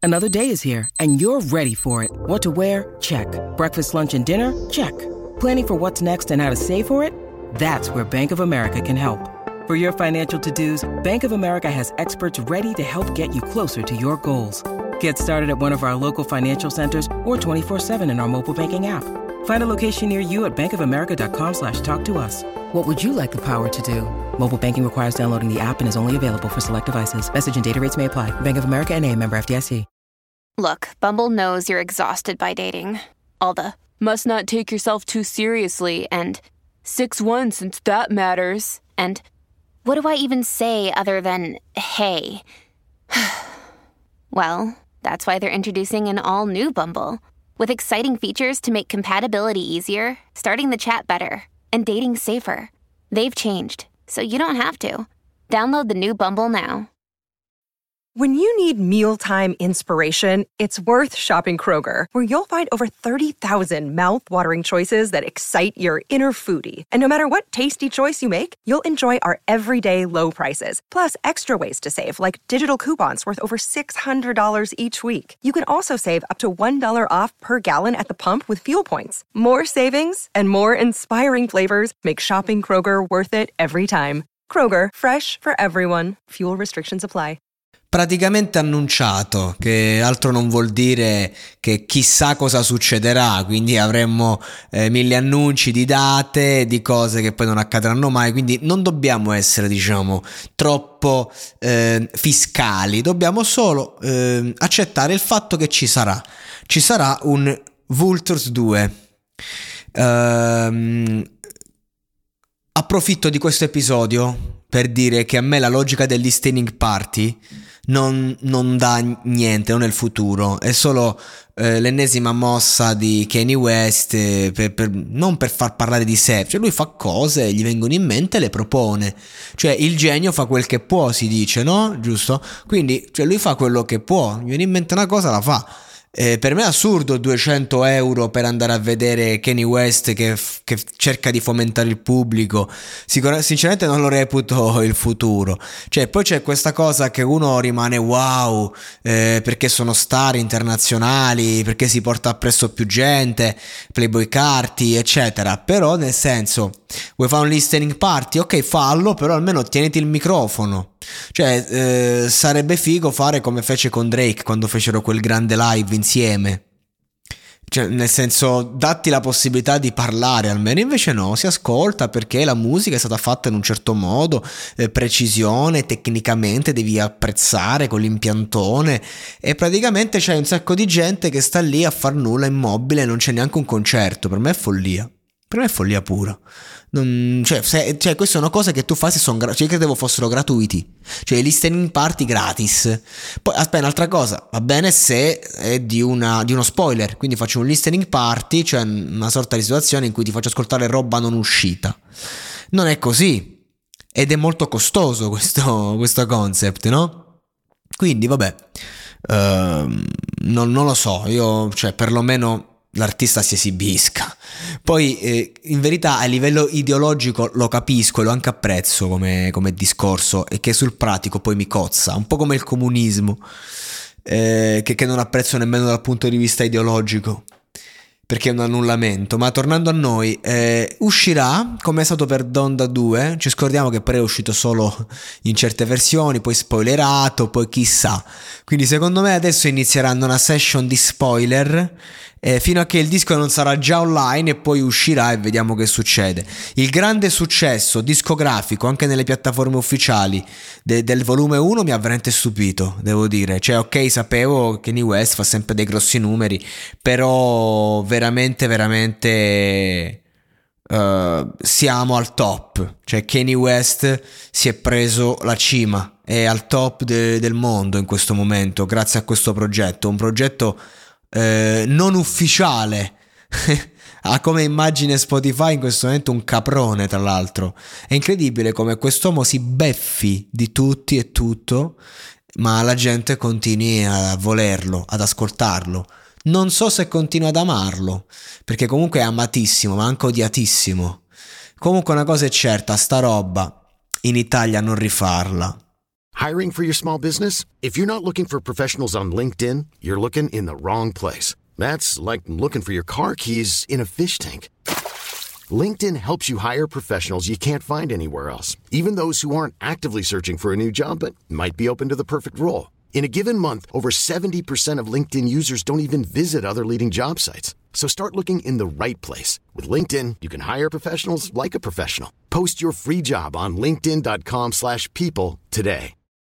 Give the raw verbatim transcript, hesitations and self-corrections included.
Another day is here, and you're ready for it. What to wear? Check. Breakfast, lunch, and dinner? Check. Planning for what's next and how to save for it? That's where Bank of America can help. For your financial to-dos, Bank of America has experts ready to help get you closer to your goals. Get started at one of our local financial centers or twenty-four seven in our mobile banking app. Find a location near you at bankofamerica.com slash talk to us. What would you like the power to do? Mobile banking requires downloading the app and is only available for select devices. Message and data rates may apply. Bank of America N A, member F D I C. Look, Bumble knows you're exhausted by dating. All the must not take yourself too seriously and six one since that matters. And what do I even say other than hey? Well, that's why they're introducing an all-new Bumble with exciting features to make compatibility easier, starting the chat better, and dating safer. They've changed, so you don't have to. Download the new Bumble now. When you need mealtime inspiration, it's worth shopping Kroger, where you'll find over thirty thousand mouth-watering choices that excite your inner foodie. And no matter what tasty choice you make, you'll enjoy our everyday low prices, plus extra ways to save, like digital coupons worth over six hundred dollars each week. You can also save up to one dollar off per gallon at the pump with fuel points. More savings and more inspiring flavors make shopping Kroger worth it every time. Kroger, fresh for everyone. Fuel restrictions apply. Praticamente annunciato, che altro non vuol dire che chissà cosa succederà, quindi avremmo eh, mille annunci di date, di cose che poi non accadranno mai, quindi non dobbiamo essere, diciamo, troppo eh, fiscali, dobbiamo solo eh, accettare il fatto che ci sarà, ci sarà un Vultures due. Ehm, approfitto di questo episodio per dire che a me la logica del listening party Non, non dà niente, non è il futuro, è solo eh, l'ennesima mossa di Kanye West eh, per, per, non per far parlare di sé, cioè lui fa cose, gli vengono in mente e le propone, cioè il genio fa quel che può, si dice, no? Giusto? Quindi cioè lui fa quello che può, gli viene in mente una cosa, la fa. Eh, per me è assurdo duecento euro per andare a vedere Kanye West che, che cerca di fomentare il pubblico. Sicur- sinceramente non lo reputo il futuro. Cioè poi c'è questa cosa che uno rimane wow eh, perché sono star internazionali, perché si porta appresso più gente, Playboy Carti eccetera. Però nel senso, vuoi fare un listening party? Ok, fallo, però almeno tieniti il microfono. Cioè eh, sarebbe figo fare come fece con Drake quando fecero quel grande live insieme, cioè nel senso datti la possibilità di parlare almeno, invece no, si ascolta perché la musica è stata fatta in un certo modo, eh, precisione, tecnicamente devi apprezzare con l'impiantone e praticamente c'è un sacco di gente che sta lì a far nulla immobile, non c'è neanche un concerto. Per me è follia, per me è follia pura. Non, cioè, se, cioè queste sono cose che tu fai se sono gra- cioè, io credevo fossero gratuiti, cioè i listening party gratis. Poi aspetta, un'altra cosa, va bene se è di, una, di uno spoiler, quindi faccio un listening party, cioè una sorta di situazione in cui ti faccio ascoltare roba non uscita. Non è così ed è molto costoso questo, questo concept, no? Quindi vabbè, uh, non, non lo so, io cioè perlomeno l'artista si esibisca. Poi eh, in verità a livello ideologico lo capisco e lo anche apprezzo come, come discorso, e che sul pratico poi mi cozza, un po' come il comunismo, eh, che, che non apprezzo nemmeno dal punto di vista ideologico, perché è un annullamento. Ma tornando a noi, eh, uscirà come è stato per Donda due, ci scordiamo che però è uscito solo in certe versioni, poi spoilerato, poi chissà. Quindi secondo me adesso inizieranno una session di spoiler eh, fino a che il disco non sarà già online, e poi uscirà e vediamo che succede. Il grande successo discografico anche nelle piattaforme ufficiali de- del volume uno mi ha veramente stupito, devo dire. Cioè ok, sapevo che Kanye West fa sempre dei grossi numeri, però veramente veramente uh, siamo al top. Cioè Kanye West si è preso la cima, è al top de- del mondo in questo momento grazie a questo progetto, un progetto Eh, non ufficiale. Ha come immagine Spotify in questo momento un caprone, tra l'altro. È incredibile come quest'uomo si beffi di tutti e tutto, ma la gente continui a volerlo, ad ascoltarlo. Non so se continua ad amarlo, perché comunque è amatissimo, ma anche odiatissimo. Comunque una cosa è certa, sta roba in Italia non rifarla. Hiring for your small business? If you're not looking for professionals on LinkedIn, you're looking in the wrong place. That's like looking for your car keys in a fish tank. LinkedIn helps you hire professionals you can't find anywhere else, even those who aren't actively searching for a new job but might be open to the perfect role. In a given month, over seventy percent of LinkedIn users don't even visit other leading job sites. So start looking in the right place. With LinkedIn, you can hire professionals like a professional. Post your free job on linkedin dot com slash people today.